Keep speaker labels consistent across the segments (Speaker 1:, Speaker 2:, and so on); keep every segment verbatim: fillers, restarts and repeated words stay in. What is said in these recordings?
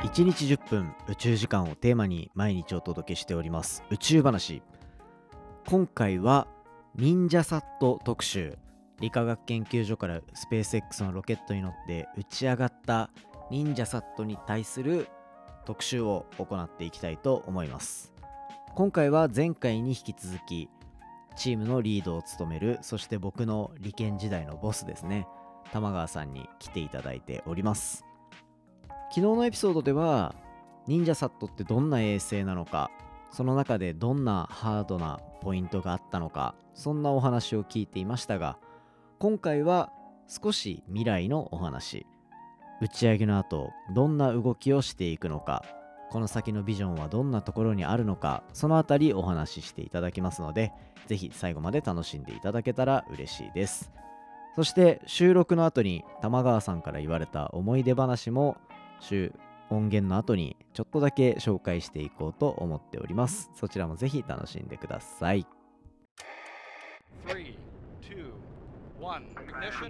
Speaker 1: いちにちじゅっぷん宇宙時間をテーマに毎日お届けしております宇宙話。今回は忍者サット特集。理化学研究所からスペース X のロケットに乗って打ち上がった忍者サットに対する特集を行っていきたいと思います。今回は前回に引き続きチームのリードを務める、そして僕の理研時代のボスですね、玉川さんに来ていただいております。昨日のエピソードでは忍者サットってどんな衛星なのか、その中でどんなハードなポイントがあったのか、そんなお話を聞いていましたが、今回は少し未来のお話。打ち上げの後どんな動きをしていくのか、この先のビジョンはどんなところにあるのか、そのあたりお話ししていただきますので、ぜひ最後まで楽しんでいただけたら嬉しいです。そして収録の後に玉川さんから言われた思い出話も音源の後にちょっとだけ紹介していこうと思っております。そちらもぜひ楽しんでください。
Speaker 2: さん、に、いち、ignition.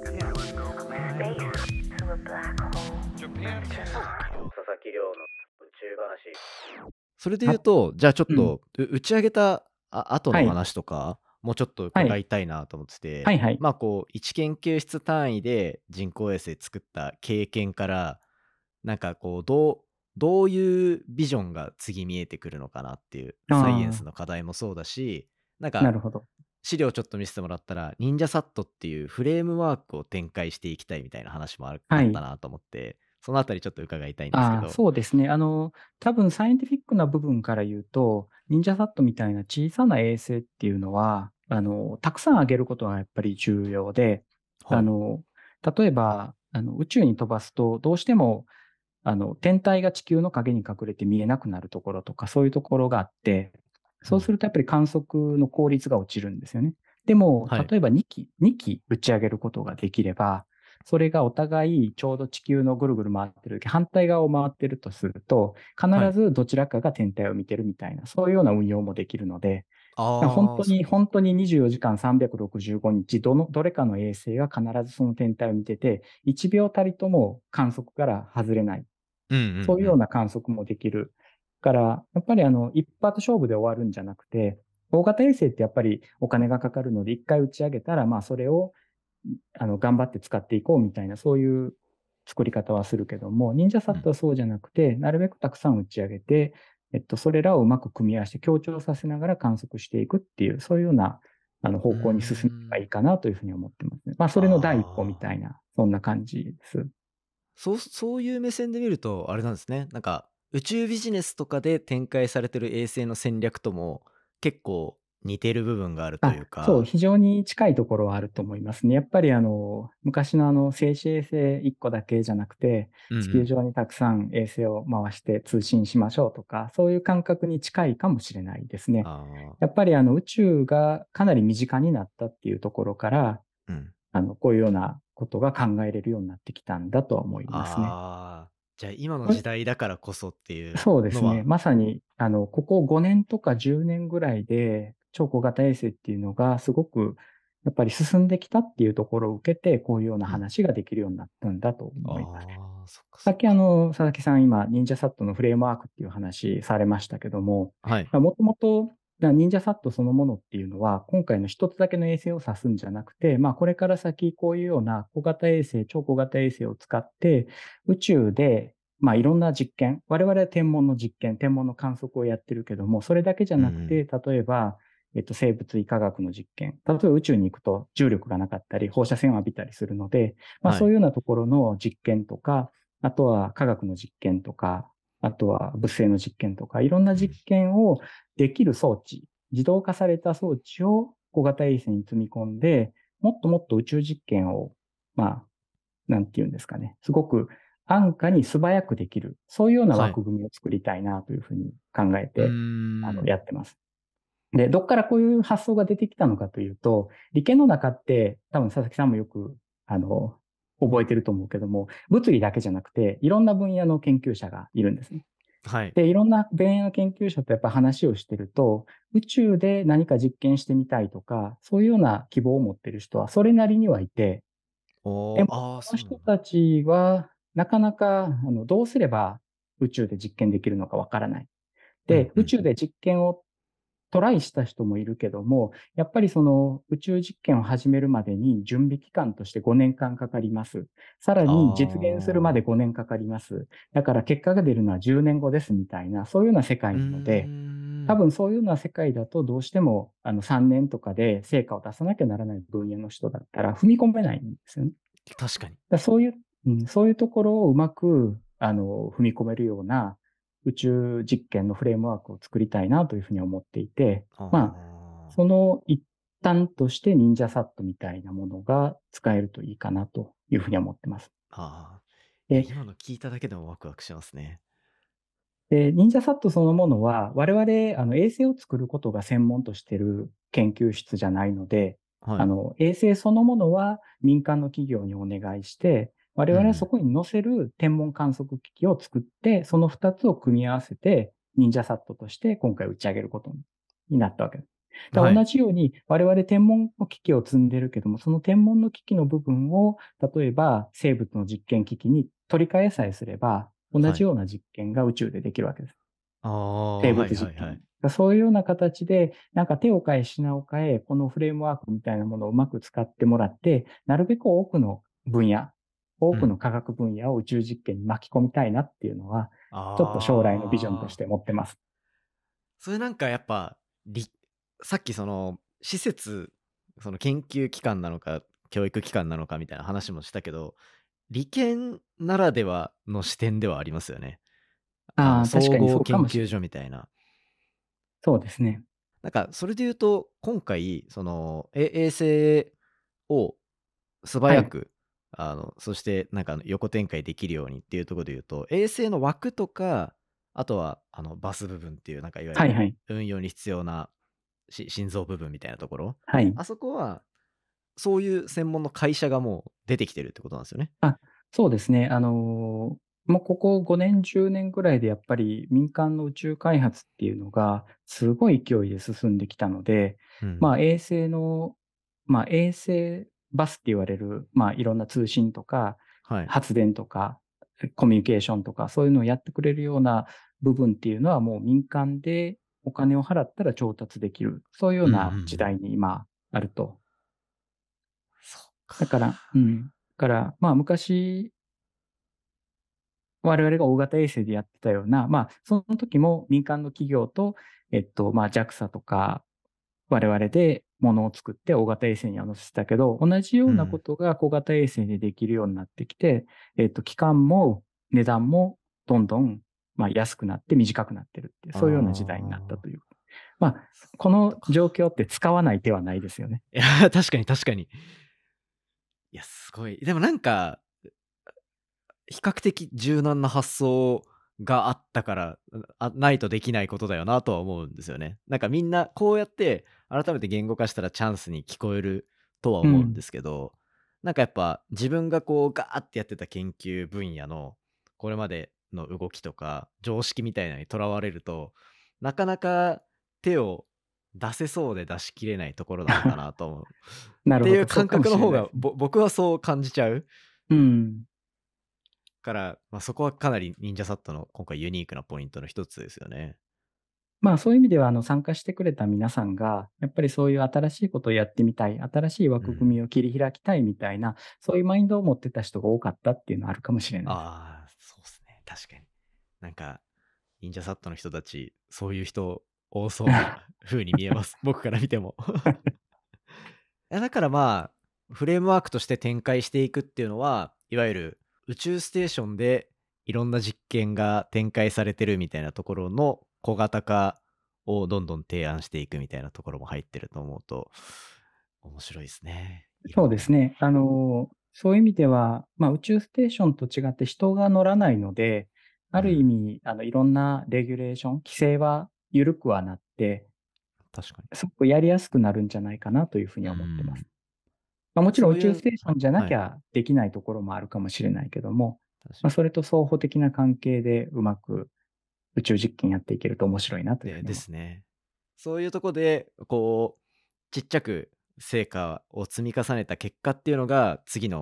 Speaker 2: Japan.
Speaker 1: 佐々木亮の宇宙話。それで言うと、じゃあちょっと、うん、打ち上げた後の話とか、はい、もうちょっと伺いたいなと思ってて、
Speaker 3: はいはい、
Speaker 1: まあこういち研究室単位で人工衛星作った経験から、なんかこうどうどういうビジョンが次見えてくるのかなっていう、サイエンスの課題もそうだし、なんか資料ちょっと見せてもらったら忍者サットっていうフレームワークを展開していきたいみたいな話も あ, あったなと思って、はい、そのあたりちょっと伺いたいんですけど。
Speaker 3: あそうですね、あの多分サイエンティフィックな部分から言うと、忍者サットみたいな小さな衛星っていうのはあのたくさん上げることがやっぱり重要で、はい、あの例えばあの宇宙に飛ばすとどうしてもあの天体が地球の影に隠れて見えなくなるところとか、そういうところがあって、そうするとやっぱり観測の効率が落ちるんですよね。でも、はい、例えばにき、にき打ち上げることができれば、それがお互いちょうど地球のぐるぐる回ってる時、反対側を回ってるとすると、必ずどちらかが天体を見てるみたいな、はい、そういうような運用もできるので、本当に、本当ににじゅうよじかんさんびゃくろくじゅうごにちどの、どれかの衛星が必ずその天体を見てて、いちびょうたりとも観測から外れない。
Speaker 1: うんうんうん、
Speaker 3: そういうような観測もできる。から、やっぱりあの、一発勝負で終わるんじゃなくて、大型衛星ってやっぱりお金がかかるので、一回打ち上げたら、まあそれを、あの、頑張って使っていこうみたいな、そういう作り方はするけども、忍者サットはそうじゃなくて、うん、なるべくたくさん打ち上げて、えっと、それらをうまく組み合わせて強調させながら観測していくっていう、そういうようなあの方向に進めばいいかなというふうに思ってますね。まあ、それの第一歩みたいな、そんな感じです。
Speaker 1: そう、そういう目線で見ると、あれなんですね。なんか、宇宙ビジネスとかで展開されてる衛星の戦略とも結構似てる部分があるというか。
Speaker 3: そう、非常に近いところはあると思いますね。やっぱりあの、昔のあの、静止衛星いっこだけじゃなくて、地球上にたくさん衛星を回して通信しましょうとか、うんうん、そういう感覚に近いかもしれないですね。やっぱりあの、宇宙がかなり身近になったっていうところから、うん、あの、こういうようなことが考えれるようになってきたんだとは思いますね。
Speaker 1: あじゃあ今の時代だからこそっていうのは。
Speaker 3: そうですね。まさに、あの、ここごねんとかじゅうねんぐらいで、超小型衛星っていうのがすごく、やっぱり進んできたっていうところを受けて、こういうような話ができるようになったんだと思います。うん、あそっかそっか。さっきあの、佐々木さん今、忍者サットのフレームワークっていう話されましたけども、はい。もともと、忍者サットそのものっていうのは、今回の一つだけの衛星を指すんじゃなくて、まあ、これから先こういうような小型衛星、超小型衛星を使って、宇宙でまあいろんな実験、我々は天文の実験、天文の観測をやってるけども、それだけじゃなくて、例えば、えっと、生物医科学の実験、例えば宇宙に行くと重力がなかったり、放射線を浴びたりするので、まあそういうようなところの実験とか、はい、あとは科学の実験とか、あとは物性の実験とか、いろんな実験をできる装置、自動化された装置を小型衛星に積み込んで、もっともっと宇宙実験を、まあ、なんていうんですかね、すごく安価に素早くできる、そういうような枠組みを作りたいなというふうに考えて、はい、あのやってます。で、どっからこういう発想が出てきたのかというと、理系の中って多分佐々木さんもよく、あの、覚えてると思うけども、物理だけじゃなくて、いろんな分野の研究者がいるんですね。はい。で、いろんな分野の研究者とやっぱ話をしてると、宇宙で何か実験してみたいとか、そういうような希望を持ってる人はそれなりにはいて、でも、その人たちは、なかなか、あの、どうすれば宇宙で実験できるのかわからない。
Speaker 1: うん
Speaker 3: で、
Speaker 1: うん
Speaker 3: 宇宙で実験をトライした人もいるけども、やっぱりその宇宙実験を始めるまでに準備期間としてごねんかんかかります。さらに実現するま
Speaker 1: あ
Speaker 3: でごねんかかります。だから結果が出るのはじゅうねんごですみたいな、そういうような世界
Speaker 1: ーうー
Speaker 3: なので、多
Speaker 1: ん
Speaker 3: 分そういうような世界だとどうしてもあのさんねんとかで成果を出さなきゃならない分野の人だったら踏み込めないんですよね。
Speaker 1: 確かに。
Speaker 3: だそういう、うん、そういうところをうまくあの踏み込めるような宇宙実験のフレームワークを作りたいなというふうに思っていて、まあ、
Speaker 1: あ
Speaker 3: その一端として忍者サットみたいなものが使えるといいかなというふうに思ってます。
Speaker 1: あ、ああ。いや、
Speaker 3: で、
Speaker 1: 今の聞いただけでもワクワクしますね。
Speaker 3: で忍者サットそのものは我々あの衛星を作ることが専門としている研究室じゃないので、
Speaker 1: はい。
Speaker 3: あの衛星そのものは民間の企業にお願いして、我々はそ
Speaker 1: うんうん。
Speaker 3: こに載せる天文観測機器を作って、そのふたつを組み合わせて忍者サットとして今回打ち上げることになったわけです。だから同
Speaker 1: はい。
Speaker 3: じように我々天文の機器を積んでるけども、その天文の機器の部分を例えば生物の実験機器に取り替えさえすれば、同
Speaker 1: はい。
Speaker 3: じような実験が宇宙でできるわけです。
Speaker 1: ああ、
Speaker 3: 生
Speaker 1: は
Speaker 3: 物実験。
Speaker 1: いはいはい。
Speaker 3: そういうような形で、なんか手を変え品を変え、このフレームワークみたいなものをうまく使ってもらって、なるべく多くの分野、多
Speaker 1: うん。
Speaker 3: くの科学分野を宇宙実験に巻き込みたいなっていうのは、ちょっと将来のビジョンとし
Speaker 1: ああ。
Speaker 3: て持ってます。
Speaker 1: それなんかやっぱ、りさっきその施設、その研究機関なのか、教育機関なのかみたいな話もしたけど、理研ならではの視点ではありますよね。あの、
Speaker 3: ああ、確
Speaker 1: 総
Speaker 3: かにそうか
Speaker 1: 合研究
Speaker 3: もしれない。
Speaker 1: 所みたいな。
Speaker 3: そうですね。
Speaker 1: なんか、それで言うと、今回、その、え衛星を素
Speaker 3: はい。
Speaker 1: 早く、あの、そしてなんかあの横展開できるようにっていうところで言うと、衛星の枠とか、あとはあのバス部分っていう、なんかいわゆる
Speaker 3: はいはい。
Speaker 1: 運用に必要なし心臓部分みたいなところ、
Speaker 3: はい。
Speaker 1: あそこはそういう専門の会社がもう出てきてるってことなんですよね。
Speaker 3: あ、そうですね。あの、もうここごねん、じゅうねんぐらいでやっぱり民間の宇宙開発っていうのがすごい勢いで進んできたので、
Speaker 1: うん。
Speaker 3: まあ衛星の、まあ衛星バスって言われる、まあいろんな通信とか
Speaker 1: はい。
Speaker 3: 発電とかコミュニケーションとかそういうのをやってくれるような部分っていうのはもう民間でお金を払ったら調達できる。そういうよう
Speaker 1: うんうんう
Speaker 3: な時
Speaker 1: ん。
Speaker 3: 代に今あると。
Speaker 1: そっか。
Speaker 3: だから、うん。だから、まあ昔、我々が大型衛星でやってたような、まあ、その時も民間の企業と、えっと、まあ、ジャクサ とか、我々でものを作って大型衛星には載せてたけど、同じようなこ
Speaker 1: うん。
Speaker 3: とが小型衛星でできるようになってきて、えっと、期間も値段もどんどん、まあ、安くなって短くなってるっていう、そういうような時代になった
Speaker 1: ああ、
Speaker 3: という。まあ、
Speaker 1: そういう
Speaker 3: この
Speaker 1: ことか。
Speaker 3: 状況って使わない手はないですよね。
Speaker 1: いや、確かに確かに。いや、すごい。でもなんか、比較的柔軟な発想があったから、うあ、ないとできないことだよなとは思うんですよね。なんかみんなこうやって改めて言語化したらチャンスに聞こえるとは
Speaker 3: うん。
Speaker 1: 思うんですけど、なんかやっぱ自分がこうガーってやってた研究分野のこれまでの動きとか常識みたいなのにとらわれると、なかなか手を出せそうで出しきれないところなのかなと思う。って
Speaker 3: なるほど。そう
Speaker 1: いう感
Speaker 3: かも
Speaker 1: 覚の方が、
Speaker 3: しれないですね。
Speaker 1: ぼ僕はそう感じちゃう
Speaker 3: うん。
Speaker 1: から、まあ、そこはかなり忍者サットの今回ユニークなポイントの一つですよね。
Speaker 3: まあそういう意味では、あの、参加してくれた皆さんが、やっぱりそういう新しいことをやってみたい、新しい
Speaker 1: うん。
Speaker 3: 枠組みを切り開きたいみたいな、そういうマインドを持ってた人が多かったっていうのはあるかもしれないです。
Speaker 1: ああ、そうですね。確かに。なんか、忍者サットの人たち、そういう人多そうな風に見えます。僕から見ても。いやだからまあ、フレームワークとして展開していくっていうのは、いわゆる宇宙ステーションでいろんな実験が展開されてるみたいなところの小型化をどんどん提案していくみたいなところも入ってると思うと、面白いですね。いろ
Speaker 3: そう
Speaker 1: んな。
Speaker 3: ですね。あの、そういう意味では、まあ宇宙ステーションと違って人が乗らないので、ある意
Speaker 1: うん。
Speaker 3: 味、あの、いろんなレギュレーション、規制は緩くはなって、
Speaker 1: 確かに。
Speaker 3: すごくやりやすくなるんじゃないかなというふうに
Speaker 1: う
Speaker 3: 思ってます。
Speaker 1: ん。
Speaker 3: まあ、もちろん宇宙ス
Speaker 1: そういう、
Speaker 3: テーションじゃな
Speaker 1: はい。
Speaker 3: きゃできないところもあるかもしれないけども、まあ、
Speaker 1: 確かに。
Speaker 3: それと双方的な関係でうまく宇宙実験やっていけると面白いなというふ
Speaker 1: で、
Speaker 3: うに思う。
Speaker 1: ですね。そういうとこで、こう、ちっちゃく成果を積み重ねた結果っていうのが、次の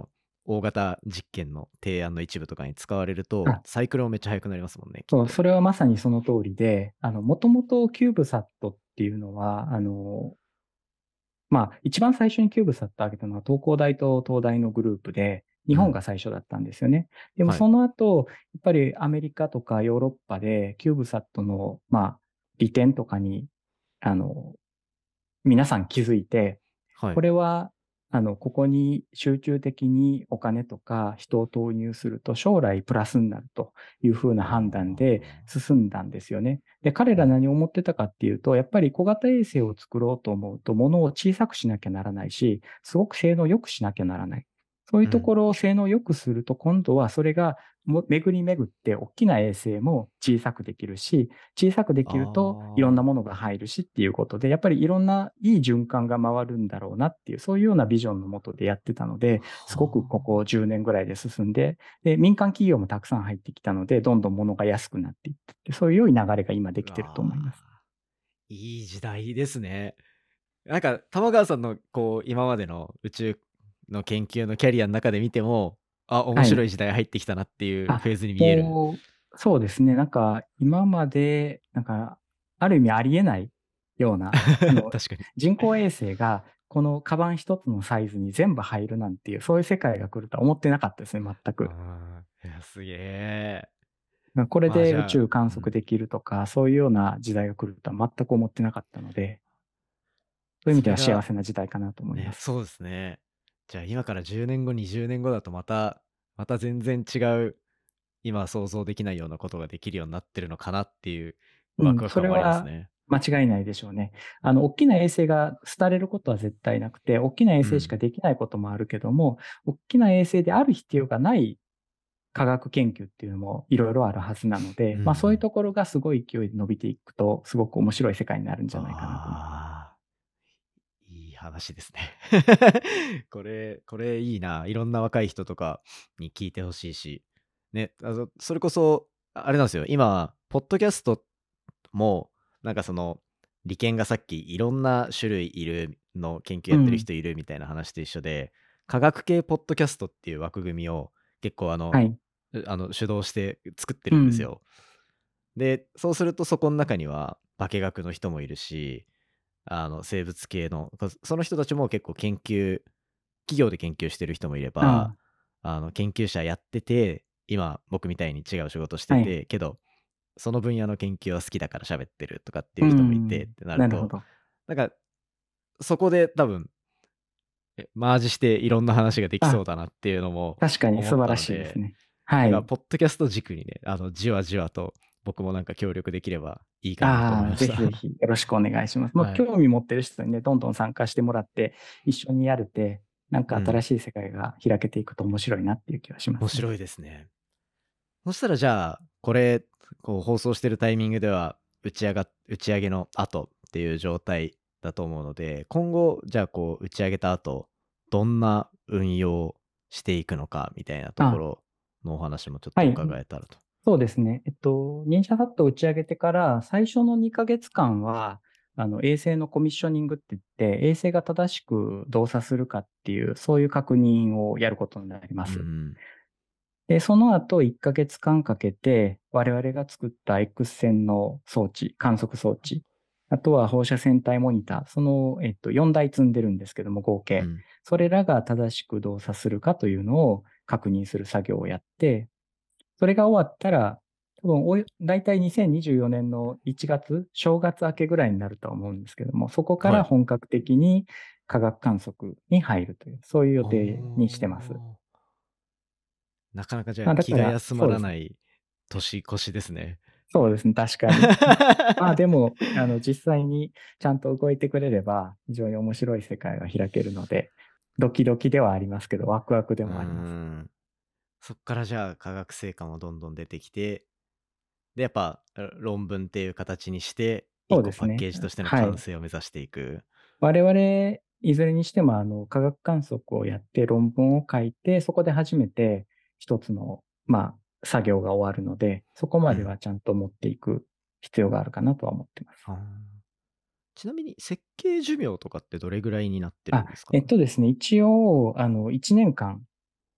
Speaker 1: 大型実験の提案の一部とかに使われると、
Speaker 3: あ、
Speaker 1: サイクルもめっちゃ速くなりますもんね、きっ
Speaker 3: そう、
Speaker 1: と。
Speaker 3: それはまさにその通りで、あの、もともとキューブサットっていうのは、あの、まあ、一番最初にキューブサット上げたのは東工大と東大のグループで、日本が
Speaker 1: うん。
Speaker 3: 最初だったんですよね。でも
Speaker 1: はい。
Speaker 3: その後、やっぱりアメリカとかヨーロッパでキューブサットの、まあ、利点とかに、あの、皆さん気づいて、
Speaker 1: はい。
Speaker 3: これは、あの、ここに集中的にお金とか人を投入すると将来プラスになるというふうな判断で
Speaker 1: あ
Speaker 3: 進んだんですよね。で、彼
Speaker 1: あ。うん。
Speaker 3: ら何を思ってたかっていうと、やっぱり小型衛星を作ろうと思うと、物を小さくしなきゃならないし、すごく性能を良くしなきゃならない。そういうと
Speaker 1: うん。
Speaker 3: ころを性能を良くすると、今度はそれがも巡り巡って、大きな衛星も小さくできるし、小さくできるといろんな
Speaker 1: あ
Speaker 3: ものが入るしっていうことで、やっぱりいろんないい循環が回るんだろうなっていう、そういうようなビジョンのもとでやってたので、
Speaker 1: あ。
Speaker 3: すごくこ
Speaker 1: は
Speaker 3: こじゅうねんぐらいで進んで、で、民間企業もたくさん入ってきたので、どんどん物が安くなっていって、そういう良い流れが今できてると
Speaker 1: あ。
Speaker 3: 思います。
Speaker 1: いい時代ですね。なんか、玉川さんのこう、今までの宇宙の研究のキャリアの中で見ても、あ、面
Speaker 3: はい。
Speaker 1: 白い時代入ってきたなっていうフェー
Speaker 3: あ、
Speaker 1: ズに見える。
Speaker 3: もう、そうですね。なんか、今まで、なんか、ある意味ありえないような、あの、
Speaker 1: 確かに。
Speaker 3: 人工衛星が、このカバン一つのサイズに全部入るなんていう、そういう世界が来るとは思ってなかったですね、全く。
Speaker 1: ああ、いや、すげえ。
Speaker 3: これ
Speaker 1: まあ、じゃあ、
Speaker 3: で宇宙観
Speaker 1: うん。
Speaker 3: 測できるとか、そういうような時代が来るとは全く思ってなかったので、そういう意味では幸
Speaker 1: それが
Speaker 3: せな時代かなと思いま
Speaker 1: ね、
Speaker 3: す。
Speaker 1: そうですね。じゃあ、今からじゅうねんご、にじゅうねんごだとまたまた全然違う、今想像できないようなことができるようになってるのかなっていう
Speaker 3: うん、そ
Speaker 1: ワクワク感もあります
Speaker 3: れは
Speaker 1: ね。
Speaker 3: 間違いないでしょうね。あの、大きな衛星が廃れることは絶対なくて、大きな衛
Speaker 1: うん。
Speaker 3: 星しかできないこともあるけども、大きな衛星である必要がない科学研究っていうのもいろいろあるはずなので、
Speaker 1: うんう
Speaker 3: まあそういう
Speaker 1: ん。
Speaker 3: ところがすごい勢いで伸びていくと、すごく面白い世界になるんじゃないかなと思います。
Speaker 1: ああ、いい話ですね。これこれいいな。いろんな若い人とかに聞いてほしいし、ね、あの、それこそ、ああれなんですよ、今、ポッドキャストも、なんかその、利権がさっきいろんな種類いるの研究やってる
Speaker 3: うん。
Speaker 1: 人いるみたいな話と一緒で、科学系ポッドキャストっていう枠組みを結構あの、
Speaker 3: はい。
Speaker 1: うあの主導して作って
Speaker 3: うん。
Speaker 1: るんですよ。で、そうするとそこの中には化学の人もいるし、あの生物系の、こその人たちも結構研究、企業で研究してる人もいれば、
Speaker 3: あ
Speaker 1: あの研究者やってて、今僕みたいに違う仕事し
Speaker 3: あ、はい。
Speaker 1: てて、けどその分野の研究は好きだから喋ってるとかってい
Speaker 3: う
Speaker 1: う人もいてっ
Speaker 3: ん。
Speaker 1: てなると、
Speaker 3: なるほど。
Speaker 1: なんかそこで多分、え、マージしていろんな話ができそう
Speaker 3: あ、
Speaker 1: だなっていうのも
Speaker 3: 確かに
Speaker 1: 思った
Speaker 3: 素晴ら
Speaker 1: ので、
Speaker 3: しいですね。は
Speaker 1: なんか
Speaker 3: い。
Speaker 1: ポッドキャスト軸にね、あの、じわじわと僕もなんか協力できればいいかなと思い
Speaker 3: ああ、
Speaker 1: ました。
Speaker 3: ぜひぜひよろしくお願いします。もう
Speaker 1: はい。
Speaker 3: 興味持ってる人にね、どんどん参加してもらって、一緒にやるて、なんか
Speaker 1: うん。
Speaker 3: 新しい世界が開けていくと面白いなっていう気はしますね。
Speaker 1: 面白いですね。そしたらじゃあ、これ、こう放送してるタイミングでは、打ち上が打ち上げの後っていう状態だと思うので、今後、じゃあこう打ち上げた後、どんな運用していくのかみたいなとこ
Speaker 3: あ、
Speaker 1: ろのお話もちょっと
Speaker 3: はい。
Speaker 1: 伺えたらと。
Speaker 3: そうですね。えっと、忍者ハットを打ち上げてから最初のにかげつかんは、あの、衛星のコミッショニングって言って、衛星が正しく動作するかっていう、そういう確認をやることになります。
Speaker 1: うん。
Speaker 3: で、その後いっかげつかんかけて、我々が作った X 線の装置、観測装置、あとは放射線体モニター、その、えっと、よんだい積んでるんですけども、合計。
Speaker 1: うん。
Speaker 3: それらが正しく動作するかというのを確認する作業をやって、それが終わったら、多分おい、大体にせんにじゅうよねんのいちがつ、正月明けぐらいになるとは思うんですけども、そこか
Speaker 1: はい。
Speaker 3: ら本格的に科学観測に入るという、そういう予
Speaker 1: お
Speaker 3: 定にしてます。
Speaker 1: ー。なかなかじゃあ
Speaker 3: まあ、だ
Speaker 1: 気
Speaker 3: から、
Speaker 1: が休ま
Speaker 3: そうですね。
Speaker 1: らない年越しですね。
Speaker 3: そうですね、確かに。まあでも、あの、実際にちゃんと動いてくれれば、非常に面白い世界が開けるので、ドキドキではありますけど、ワクワクで
Speaker 1: うー
Speaker 3: もあります。
Speaker 1: ん。そっからじゃあ科学成果もどんどん出てきて、で、やっぱ、あ論文っていう形にして、一個パッ
Speaker 3: そうですね。
Speaker 1: ケージとしての
Speaker 3: はい。
Speaker 1: 完成を目指していく。
Speaker 3: 我々、いずれにしても、あの、科学観測をやって論文を書いて、そこで初めて一つの、まあ、作業が終わるので、そこまで
Speaker 1: うん。
Speaker 3: はちゃんと持っていく必要があるかなとは思ってます。
Speaker 1: はあ。ちなみに設計寿命とかってどれぐらいになってるん
Speaker 3: あ、
Speaker 1: ですか？
Speaker 3: えっとですね、一応、あの、いちねんかん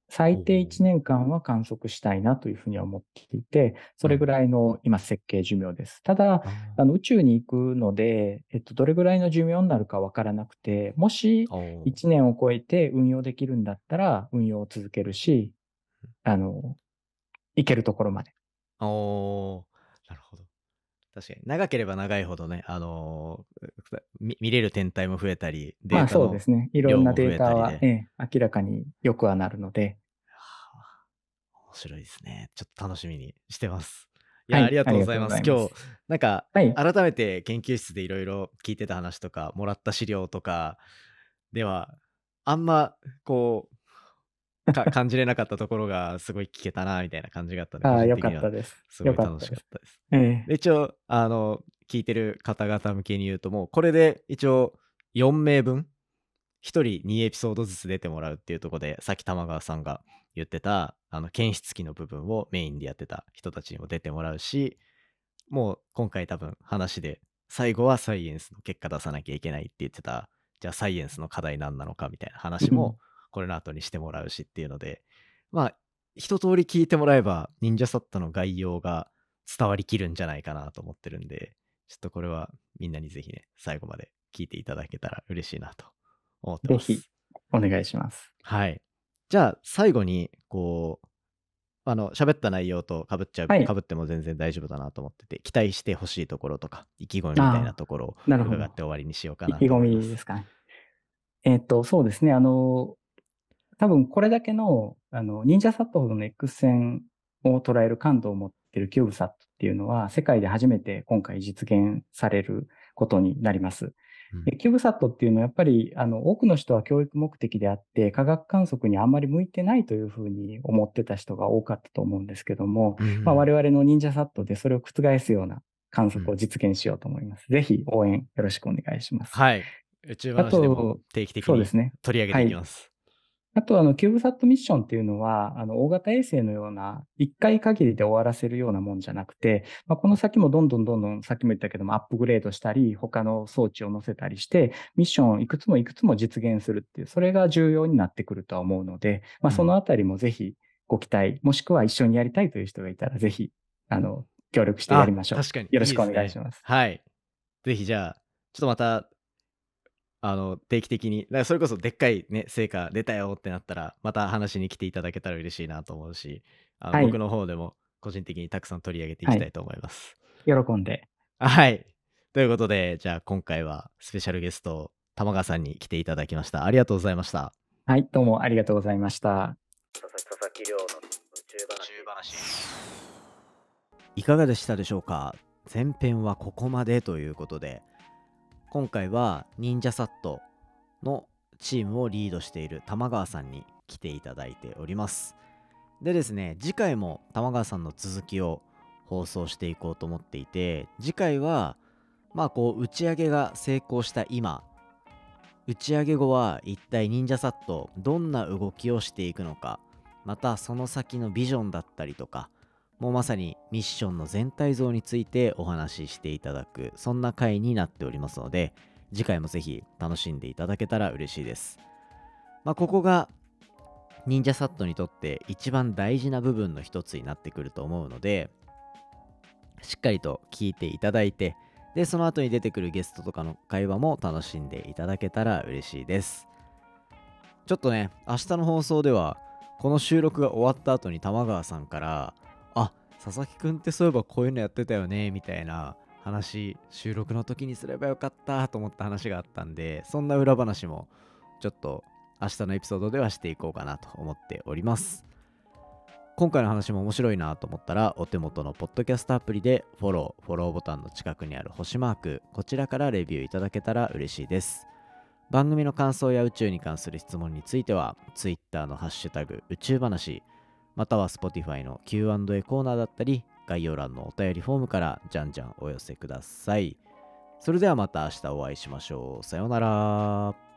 Speaker 3: 最低いちねんかんは観測したいなというふうには思っていて、それぐらいの今設計寿命です。ただ、あの宇宙に行くので、えっと、どれぐらいの寿命になるかわからなくて、もしいちねんを超えて運用できるんだったら運用を続けるし、あの、行けるところまで。
Speaker 1: おー、なるほど。確かに長ければ長いほどね、あのー見見れる天体も増えたり、デ
Speaker 3: まあ
Speaker 1: ータの
Speaker 3: そうですね。いろんな
Speaker 1: 量も増
Speaker 3: データは、
Speaker 1: えたりで、
Speaker 3: ええ、明らかによくはなるので、
Speaker 1: はあ面白いですね。ちょっと楽しみにしてます。いや、あ
Speaker 3: はい、
Speaker 1: りが
Speaker 3: ありがとう
Speaker 1: とうございます。今日、
Speaker 3: ございます。
Speaker 1: なんか、
Speaker 3: はい。
Speaker 1: 改めて研究室でいろいろ聞いてた話とか、もらった資料とかでは、あんま、こう、か感じれなかったところがすごい聞けたな、みたいな感じがあったので、個
Speaker 3: ああ、よか
Speaker 1: 人的には
Speaker 3: ったです。
Speaker 1: すごい楽
Speaker 3: よかったです。
Speaker 1: しかったです。
Speaker 3: ええ、
Speaker 1: で、一応、あの、聞いてる方々向けに言うと、もう、これで一応よん名分、ひとりにエピソードずつ出てもらうっていうところで、さっき玉川さんが言ってた、あの、検出器の部分をメインでやってた人たちにも出てもらうし、もう今回多分話で、最後はサイエンスの結果出さなきゃいけないって言ってた、じゃあサイエンスの課題何なのかみたいな話
Speaker 3: うん、
Speaker 1: も、これの後にしてもらうしっていうので、まあ、一通り聞いてもらえば、忍者サットの概要が伝わりきるんじゃないかなと思ってるんで、ちょっとこれはみんなにぜひね、最後まで聞いていただけたら嬉しいなと思って
Speaker 3: ぜひ
Speaker 1: ます。
Speaker 3: お願いします。
Speaker 1: はい。じゃあ、最後に、こう、あの、喋った内容と被っちゃう、
Speaker 3: はい。
Speaker 1: 被っても全然大丈夫だなと思ってて、期待してほしいところとか、意気込みみたいな
Speaker 3: ああ、
Speaker 1: ところを
Speaker 3: なるほど。
Speaker 1: 伺って終わりにしようか
Speaker 3: 意
Speaker 1: な
Speaker 3: 気込み
Speaker 1: と思います。
Speaker 3: ですかね。えっと、そうですね。あの、多分これだけの、あの、忍者サットほどの X 線を捉える感度を持っているキューブサットっていうのは、世界で初めて今回実現されることになります。
Speaker 1: うん
Speaker 3: でキューブサットっていうのはやっぱり、あの、多くの人は教育目的であって、科学観測にあんまり向いてないというふうに思ってた人が多かったと思うんですけども、
Speaker 1: うん
Speaker 3: まあ、我々の忍者サットでそれを覆すような観
Speaker 1: うん
Speaker 3: 測を実現しようと思います。ぜひ応援よろしくお願いします。
Speaker 1: はい。宇宙
Speaker 3: あ
Speaker 1: 話でも
Speaker 3: と、
Speaker 1: 定期的に
Speaker 3: そうですね。
Speaker 1: 取り上げて
Speaker 3: はい。
Speaker 1: いきます。
Speaker 3: あと、あの、キューブサットミッションっていうのは、あの、大型衛星のような、一回限りで終わらせるようなもんじゃなくて、まあ、この先もどんどんどんどん、さっきも言ったけども、アップグレードしたり、他の装置を載せたりして、ミッションをいくつもいくつも実現するっていう、それが重要になってくるとは思うので、まあ、そのあたりもぜひご期待、もしくは一緒にやりたいという人がいたら、ぜひ、あの、協力してやり
Speaker 1: あ、
Speaker 3: ましょう。
Speaker 1: 確かに
Speaker 3: よろしくお
Speaker 1: いいですね。
Speaker 3: 願いします。
Speaker 1: はい。ぜひじゃあ、ちょっとまた、あの、定期的に、だからそれこそでっかいね、成果出たよってなったら、また話に来ていただけたら嬉しいなと思うし、あの
Speaker 3: はい。
Speaker 1: 僕の方でも個人的にたくさん取り上げてい
Speaker 3: はい。
Speaker 1: きたいと思います。
Speaker 3: 喜んで。
Speaker 1: はい。ということで、じゃあ今回はスペシャルゲスト、玉川さんに来ていただきました。ありがとうございました。
Speaker 3: はい。どうもありがとうございました。
Speaker 1: 佐々木亮の宇宙話。いかがでしたでしょうか。前編はここまでということで、今回は忍者サットのチームをリードしている玉川さんに来ていただいております。でですね、次回も玉川さんの続きを放送していこうと思っていて、次回はまあこう打ち上げが成功した今、打ち上げ後は一体忍者サットどんな動きをしていくのか、またその先のビジョンだったりとか、もうまさにミッションの全体像についてお話ししていただく、そんな回になっておりますので、次回もぜひ楽しんでいただけたら嬉しいです。まあここが忍者サットにとって一番大事な部分の一つになってくると思うので、しっかりと聞いていただいて、でその後に出てくるゲストとかの会話も楽しんでいただけたら嬉しいです。ちょっとね、明日の放送ではこの収録が終わった後に玉川さんから、あ、佐々木くんってそういえばこういうのやってたよねみたいな話、収録の時にすればよかったと思った話があったんで、そんな裏話もちょっと明日のエピソードではしていこうかなと思っております。今回の話も面白いなと思ったら、お手元のポッドキャストアプリでフォロー、フォローボタンの近くにある星マーク、こちらからレビューいただけたら嬉しいです。番組の感想や宇宙に関する質問については、Twitter のハッシュタグ宇宙話、または Spotify の キューアンドエー コーナーだったり、概要欄のお便りフォームからじゃんじゃんお寄せください。それではまた明日お会いしましょう。さようなら。